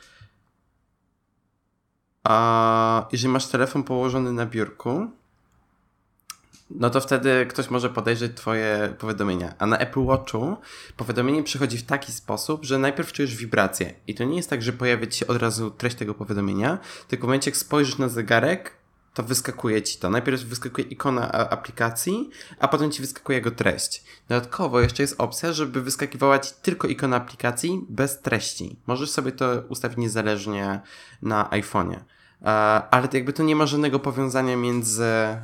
no to wtedy ktoś może podejrzeć twoje powiadomienia. A na Apple Watchu powiadomienie przychodzi w taki sposób, że najpierw czujesz wibrację. I to nie jest tak, że pojawia ci się od razu treść tego powiadomienia, tylko w momencie jak spojrzysz na zegarek, to wyskakuje ci to. Najpierw wyskakuje ikona aplikacji, a potem ci wyskakuje jego treść. Dodatkowo jeszcze jest opcja, żeby wyskakiwała ci tylko ikona aplikacji bez treści. Możesz sobie to ustawić niezależnie na iPhone'ie. Ale to jakby to nie ma żadnego powiązania między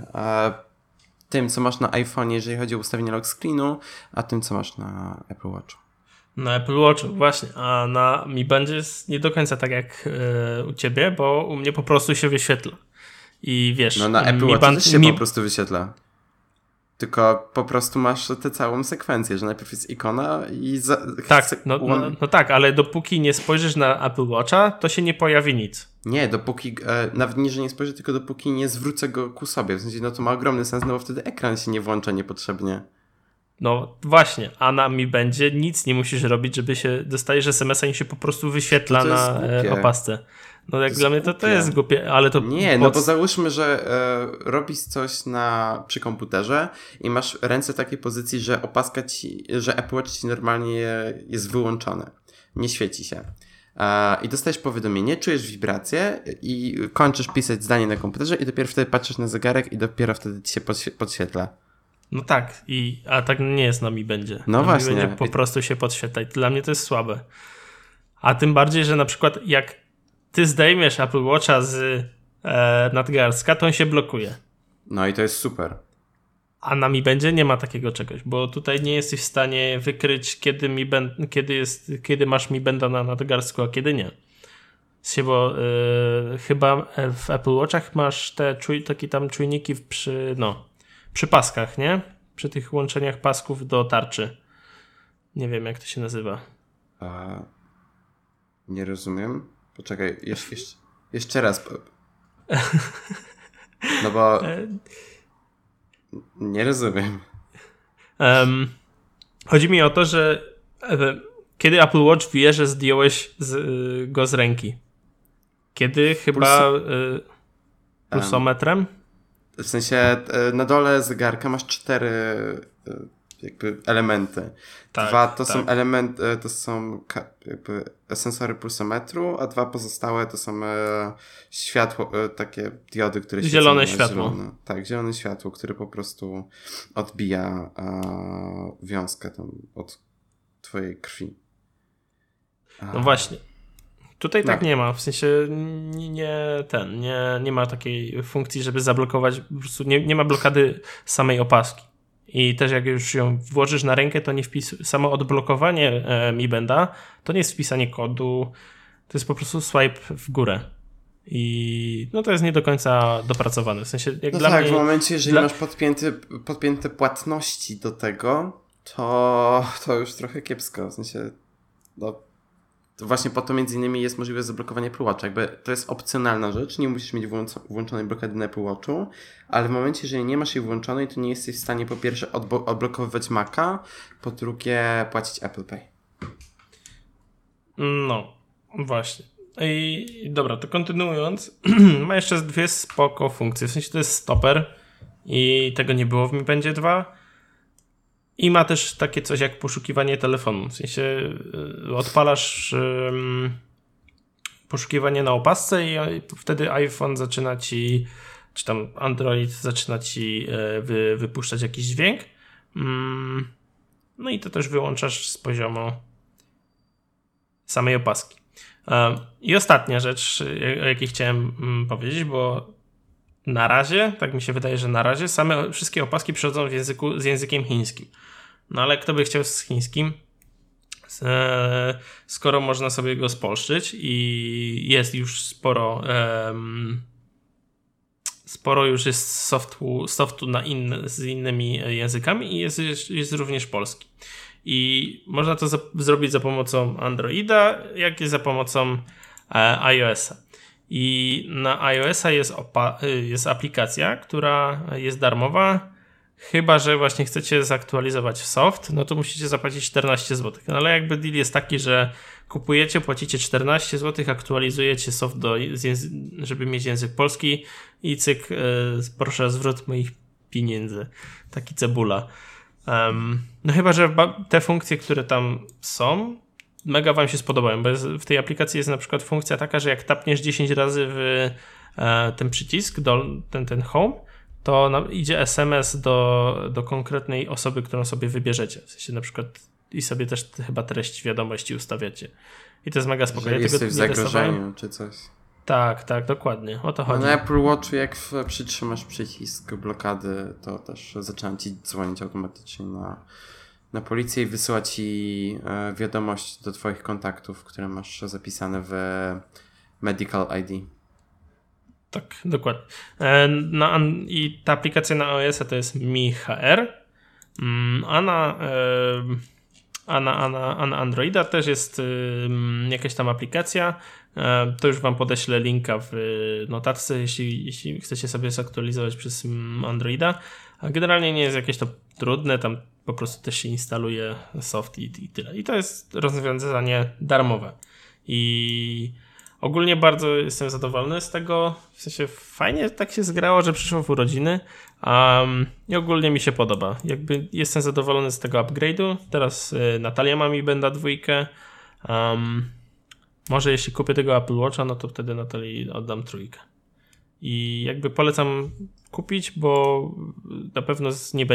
tym, co masz na iPhone'ie, jeżeli chodzi o ustawienie lock screenu, a tym, co masz na Apple Watchu. Na Apple Watchu, właśnie. A na Mi Bandzie jest nie do końca tak jak u ciebie, bo u mnie po prostu się wyświetla. I wiesz... No na Apple Watchu też się po prostu wyświetla. Tylko po prostu masz tę całą sekwencję, że najpierw jest ikona i... Tak, no tak, ale dopóki nie spojrzysz na Apple Watcha, to się nie pojawi nic. Nie, dopóki, nawet nie, że nie spojrzę, tylko dopóki nie zwrócę go ku sobie. W sensie, no to ma ogromny sens, no bo wtedy ekran się nie włącza niepotrzebnie. No właśnie, a na Mi będzie nic nie musisz robić, żeby się dostajesz SMS-a i się po prostu wyświetla na opasce. No jak dla mnie to jest głupie, ale to... Nie, no bo załóżmy, że robisz coś przy komputerze i masz ręce w takiej pozycji, że opaska że Apple Watch ci normalnie jest wyłączone. Nie świeci się. I dostajesz powiadomienie, czujesz wibrację i kończysz pisać zdanie na komputerze i dopiero wtedy patrzysz na zegarek i dopiero wtedy ci się podświetla. No tak, a tak nie jest na Mi będzie. No właśnie. Mi będzie po prostu się podświetla i dla mnie to jest słabe. A tym bardziej, że na przykład jak ty zdejmiesz Apple Watcha z nadgarstka, to on się blokuje. No i to jest super. A na Mi będzie nie ma takiego czegoś, bo tutaj nie jesteś w stanie wykryć, kiedy masz Mi Banda na nadgarstku, a kiedy nie. Bo chyba w Apple Watchach masz te takie tam czujniki przy paskach, nie? Przy tych łączeniach pasków do tarczy. Nie wiem, jak to się nazywa. Nie rozumiem. Poczekaj, jeszcze raz. No bo... Nie rozumiem. Chodzi mi o to, że kiedy Apple Watch wie, że zdjąłeś go z ręki? Kiedy chyba pulsometrem? W sensie na dole zegarka masz 4 jakby elementy. Tak, 2 to są elementy, to są jakby sensory pulsometru, a 2 pozostałe to są światło, takie diody, które świecą zielone światło. Zielone. Tak, zielone światło, które po prostu odbija wiązkę tam od twojej krwi. No właśnie. Tutaj tak nie ma, w sensie nie ma takiej funkcji, żeby zablokować, po prostu nie ma blokady samej opaski. I też jak już ją włożysz na rękę, to nie samo odblokowanie Mi Banda to nie jest wpisanie kodu, to jest po prostu swipe w górę. I no to jest nie do końca dopracowane. W sensie jak dla mnie... w momencie, jeżeli masz podpięte płatności do tego, to już trochę kiepsko. W sensie to właśnie po to między innymi jest możliwość zablokowania Apple Watcha. Jakby to jest opcjonalna rzecz, nie musisz mieć włączonej blokady na Apple Watchu, ale w momencie, jeżeli nie masz jej włączonej, to nie jesteś w stanie po pierwsze odblokowywać Maca, po drugie płacić Apple Pay. No, właśnie. I dobra, to kontynuując, ma jeszcze 2 spoko funkcje. W sensie to jest stoper i tego nie było w Mi Bandzie 2. I ma też takie coś jak poszukiwanie telefonu. W sensie odpalasz poszukiwanie na opasce i wtedy iPhone zaczyna ci, czy tam Android zaczyna ci wypuszczać jakiś dźwięk. No i to też wyłączasz z poziomu samej opaski. I ostatnia rzecz, o jakiej chciałem powiedzieć, bo na razie, tak mi się wydaje, że na razie wszystkie opaski przychodzą z językiem chińskim. No ale kto by chciał z chińskim, skoro można sobie go spolszczyć i jest już sporo już jest softu z innymi językami i jest również polski. I można to zrobić za pomocą Androida, jak i za pomocą iOS-a. I na iOS-a jest aplikacja, która jest darmowa, chyba że właśnie chcecie zaktualizować soft, no to musicie zapłacić 14 zł. No ale jakby deal jest taki, że kupujecie, płacicie 14 zł, aktualizujecie soft, żeby mieć język polski i cyk, proszę zwrot moich pieniędzy. Taki cebula. No chyba, że te funkcje, które tam są, mega wam się spodobają, bo w tej aplikacji jest na przykład funkcja taka, że jak tapniesz 10 razy w ten przycisk, ten home, to idzie SMS do konkretnej osoby, którą sobie wybierzecie. W sensie na przykład i sobie też chyba treść wiadomości ustawiacie. I to jest mega spokojnie. Że jesteś w zagrożeniu czy coś. Tak, dokładnie. O to chodzi. Na Apple Watchu jak przytrzymasz przycisk blokady, to też zaczyna ci dzwonić automatycznie na policję i wysyła ci wiadomość do twoich kontaktów, które masz zapisane w Medical ID. Tak, dokładnie. I ta aplikacja na iOS-a to jest Mi HR, a na Androida też jest jakaś tam aplikacja. To już wam podeślę linka w notatce, jeśli chcecie sobie zaktualizować przez Androida. A generalnie nie jest jakieś to trudne, tam po prostu też się instaluje soft i tyle. I to jest rozwiązanie darmowe. I ogólnie bardzo jestem zadowolony z tego, w sensie fajnie tak się zgrało, że przyszło w urodziny i ogólnie mi się podoba. Jakby jestem zadowolony z tego upgrade'u. Teraz Natalia ma Mi Banda 2. Może jeśli kupię tego Apple Watcha, no to wtedy Natalii oddam 3. I jakby polecam kupić, bo na pewno nie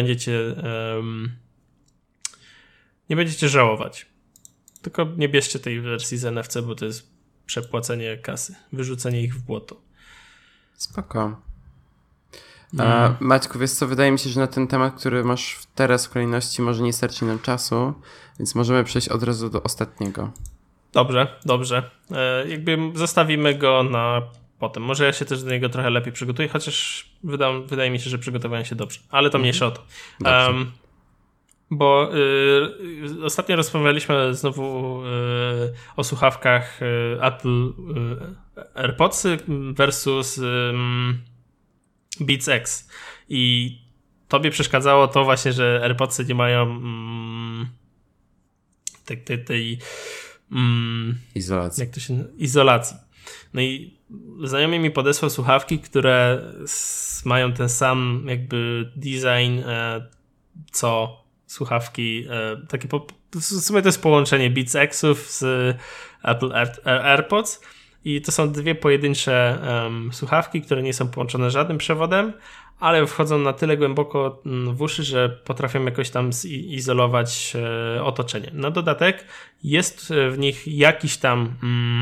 będziecie żałować. Tylko nie bierzcie tej wersji z NFC, bo to jest przepłacenie kasy, wyrzucenie ich w błoto. Spoko. Maćku, wiesz co, wydaje mi się, że na ten temat, który masz teraz w kolejności, może nie starczy nam czasu, więc możemy przejść od razu do ostatniego. Dobrze. Jakby zostawimy go na potem. Może ja się też do niego trochę lepiej przygotuję, chociaż wydaje mi się, że przygotowałem się dobrze. Ale to mniejsza o to. Bo ostatnio rozmawialiśmy znowu o słuchawkach Apple AirPods versus Beats X. I tobie przeszkadzało to właśnie, że AirPodsy nie mają tej izolacji. Jak to się izolacji. No i znajomy mi podesłał słuchawki, które mają ten sam jakby design co słuchawki, takie w sumie to jest połączenie Beats X'ów z Apple AirPods i to są dwie pojedyncze słuchawki, które nie są połączone żadnym przewodem, ale wchodzą na tyle głęboko w uszy, że potrafią jakoś tam izolować otoczenie. Na dodatek jest w nich jakiś tam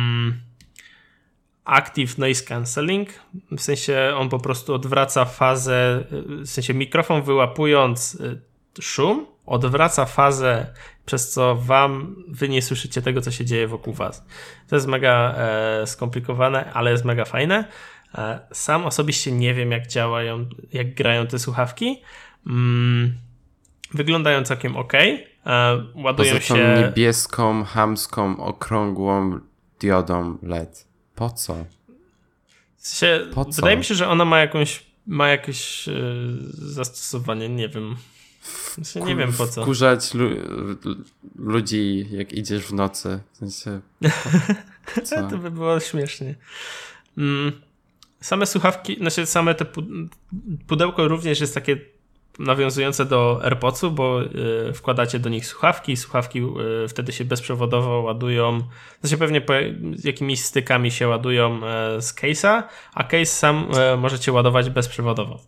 active noise cancelling, w sensie on po prostu odwraca fazę, w sensie mikrofon wyłapując szum, odwraca fazę, przez co wy nie słyszycie tego, co się dzieje wokół was. To jest mega skomplikowane, ale jest mega fajne. Sam osobiście nie wiem, jak grają te słuchawki. Wyglądają całkiem ok. Ładują się niebieską, chamską, okrągłą diodą LED. Po co? Wydaje mi się, że ona ma jakieś zastosowanie, nie wiem. Nie wiem po co. Wkurzać ludzi, jak idziesz w nocy. W sensie, co? To by było śmiesznie. Same słuchawki, same te pudełko również jest takie nawiązujące do AirPodsów, bo wkładacie do nich słuchawki wtedy się bezprzewodowo ładują, znaczy pewnie jakimiś stykami się ładują z case'a, a case sam możecie ładować bezprzewodowo.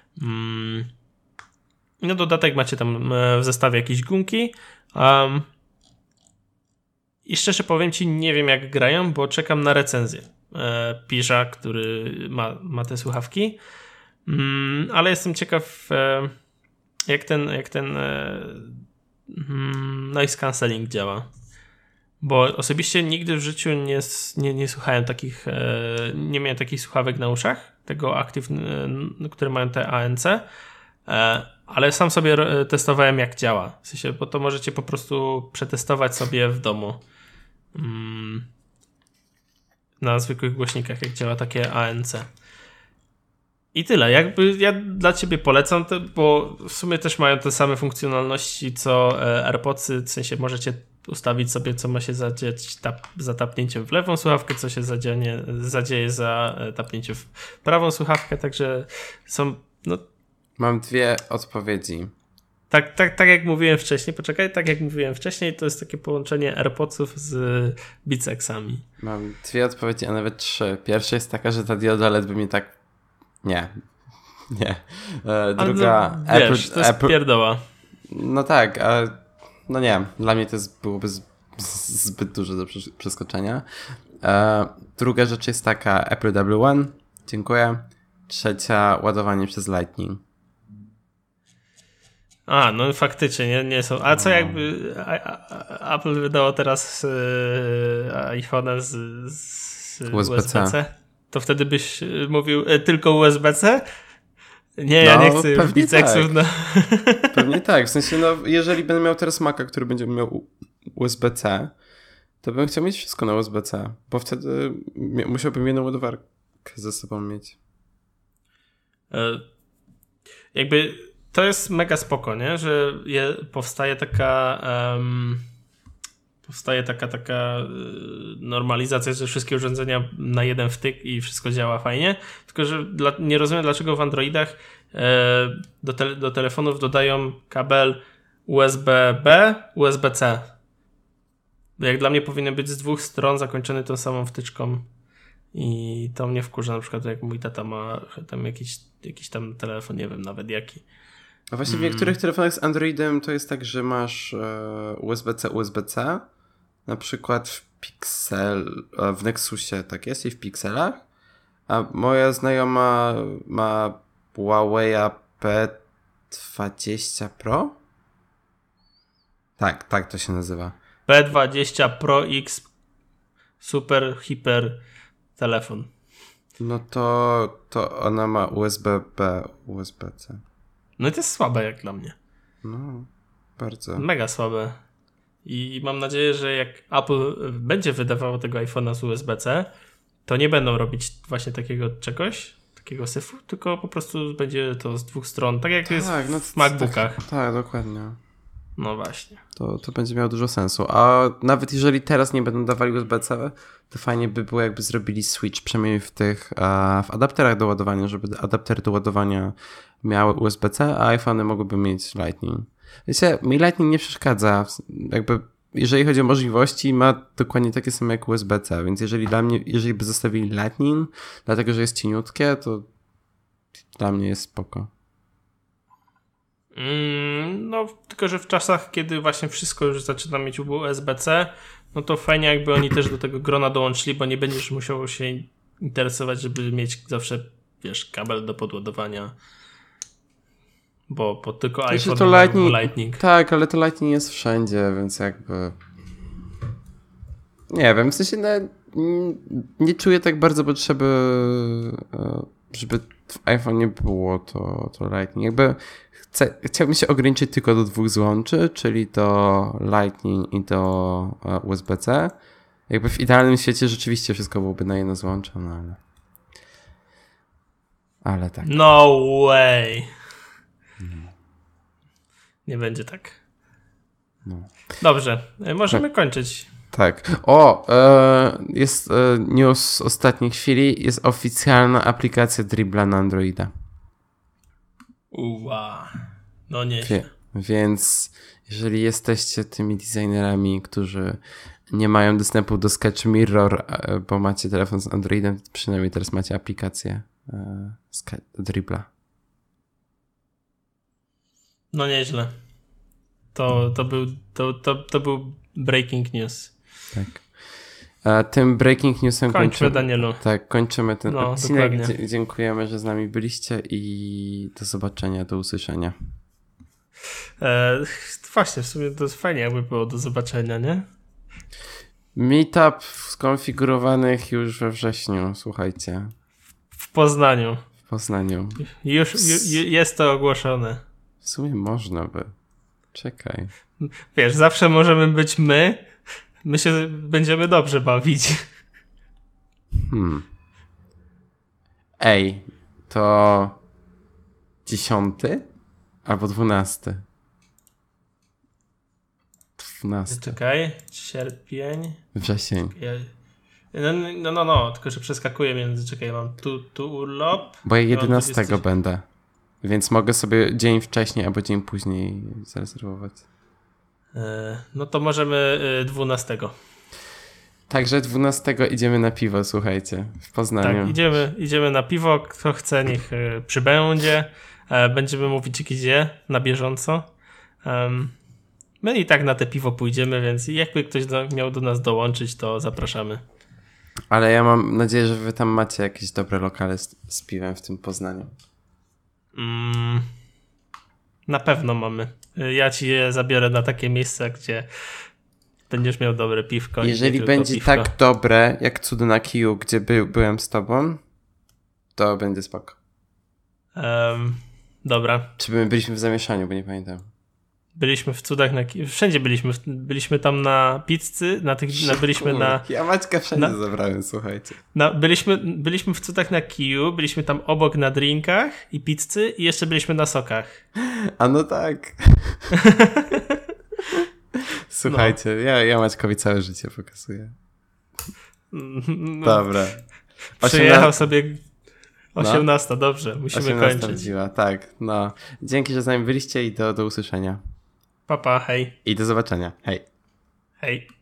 No dodatek macie tam w zestawie jakieś gumki. I szczerze powiem ci, nie wiem jak grają, bo czekam na recenzję Pirza, który ma te słuchawki. Ale jestem ciekaw jak ten noise cancelling działa. Bo osobiście nigdy w życiu nie słuchałem takich, nie miałem takich słuchawek na uszach, tego Active, które mają te ANC, ale sam sobie testowałem jak działa. W sensie, bo to możecie po prostu przetestować sobie w domu na zwykłych głośnikach, jak działa takie ANC. I tyle. Jakby ja dla ciebie polecam, bo w sumie też mają te same funkcjonalności co AirPodsy, w sensie możecie ustawić sobie, co ma się zadzieć za tapnięciem w lewą słuchawkę, co się zadzieje za tapnięciem w prawą słuchawkę, także są... No, mam dwie odpowiedzi. Tak jak mówiłem wcześniej, tak jak mówiłem wcześniej, to jest takie połączenie AirPodsów z Beatsexami. Mam dwie odpowiedzi, a nawet trzy. Pierwsza jest taka, że ta dioda LED by mnie tak... Nie. Druga... No, wiesz, to jest pierdoła. No tak, no nie. Dla mnie to byłoby zbyt duże do przeskoczenia. Druga rzecz jest taka, Apple W1. Dziękuję. Trzecia, ładowanie przez Lightning. No faktycznie, nie są. A co jakby Apple wydało teraz iPhone'a z USB-C? To wtedy byś mówił tylko USB-C? Nie, ja nie chcę już Beatsexów. Tak. No. Pewnie tak, w sensie jeżeli będę miał teraz Maca, który będzie miał USB-C, to bym chciał mieć wszystko na USB-C, bo wtedy musiałbym jedną ładowarkę ze sobą mieć. Jakby to jest mega spoko, nie? Że powstaje taka normalizacja, że wszystkie urządzenia na jeden wtyk i wszystko działa fajnie, tylko że nie rozumiem, dlaczego w Androidach do telefonów dodają kabel USB-B, USB-C. Jak dla mnie powinien być z dwóch stron zakończony tą samą wtyczką i to mnie wkurza, na przykład jak mój tata ma tam jakiś tam telefon, nie wiem nawet jaki. A właśnie w niektórych telefonach z Androidem to jest tak, że masz USB-C, USB-C, na przykład w Nexusie tak jest i w Pixelach, a moja znajoma ma Huawei P20 Pro? Tak to się nazywa. P20 Pro X super hiper telefon. No to ona ma USB-B, USB-C. No i to jest słabe jak dla mnie. No, bardzo. Mega słabe. I mam nadzieję, że jak Apple będzie wydawało tego iPhone'a z USB-C, to nie będą robić właśnie takiego czegoś, takiego syfu, tylko po prostu będzie to z dwóch stron, tak jak jest w MacBookach. Tak, dokładnie. No właśnie. To będzie miało dużo sensu. A nawet jeżeli teraz nie będą dawali USB-C, to fajnie by było, jakby zrobili switch, przynajmniej w adapterach do ładowania, żeby adaptery do ładowania miały USB-C, a iPhony mogłyby mieć Lightning. Wiecie, mi Lightning nie przeszkadza. Jakby, jeżeli chodzi o możliwości, ma dokładnie takie same jak USB-C, więc jeżeli by zostawili Lightning, dlatego że jest cieniutkie, to dla mnie jest spoko. No, tylko że w czasach, kiedy właśnie wszystko już zaczyna mieć USB-C, no to fajnie jakby oni też do tego grona dołączyli, bo nie będziesz musiał się interesować, żeby mieć zawsze, kabel do podładowania, bo tylko iPhone to Lightning. Tak, ale to Lightning jest wszędzie, więc jakby nie wiem, w sensie nie czuję tak bardzo potrzeby, żeby w iPhone nie było to Lightning. Jakby chciałbym się ograniczyć tylko do dwóch złączy, czyli do Lightning i do USB-C. Jakby w idealnym świecie rzeczywiście wszystko byłoby na jedno złącze, no ale tak. No way. Nie będzie tak. No. Dobrze, możemy kończyć. Tak. Jest news z ostatniej chwili. Jest oficjalna aplikacja Dribbla na Androida. No nie. Więc jeżeli jesteście tymi designerami, którzy nie mają dostępu do Sketch Mirror, bo macie telefon z Androidem, to przynajmniej teraz macie aplikację Dribbla. No nieźle. To był breaking news. Tak. A tym breaking newsem kończymy, Danielu. Tak, kończymy ten odcinek. Dokładnie. Dziękujemy, że z nami byliście i do zobaczenia, do usłyszenia. Właśnie, w sumie to jest fajnie, jakby było do zobaczenia, nie? Meetup skonfigurowanych już we wrześniu, słuchajcie. W Poznaniu. W Poznaniu. Już jest to ogłoszone. W sumie można by. Czekaj. Wiesz, zawsze możemy być my się będziemy dobrze bawić. Ej, to 10 albo 12? 12. Czekaj, sierpień. Wrzesień. No, tylko że przeskakuję między, czekaj, mam tu urlop. Bo ja 11 będę, więc mogę sobie dzień wcześniej albo dzień później zarezerwować. No to możemy 12. Także 12 idziemy na piwo, słuchajcie, w Poznaniu. Tak, idziemy na piwo, kto chce, niech przybędzie. Będziemy mówić gdzie, na bieżąco. My i tak na te piwo pójdziemy, więc jakby ktoś miał do nas dołączyć, to zapraszamy. Ale ja mam nadzieję, że wy tam macie jakieś dobre lokale z piwem w tym Poznaniu. Na pewno mamy. Ja ci je zabiorę na takie miejsca, gdzie będziesz miał dobre piwko. Jeżeli będzie piwko tak dobre, jak Cudy na kiju, gdzie byłem z tobą, to będzie spoko. Dobra. Czy my byliśmy w Zamieszaniu, bo nie pamiętam. Byliśmy w Cudach na kiju. Wszędzie byliśmy. Byliśmy tam na pizzy, byliśmy na... Ja Maćka wszędzie zabrałem, słuchajcie. Byliśmy w Cudach na kiju, byliśmy tam obok na drinkach i pizzy i jeszcze byliśmy na sokach. A no tak. Słuchajcie, ja Maćkowi całe życie pokazuję. Dobra. Przyjechał sobie 18, dobrze, musimy 18 kończyć. Wdziła, tak, no. Dzięki, że z nami byliście i do usłyszenia. Pa, hej. I do zobaczenia. Hej. Hej.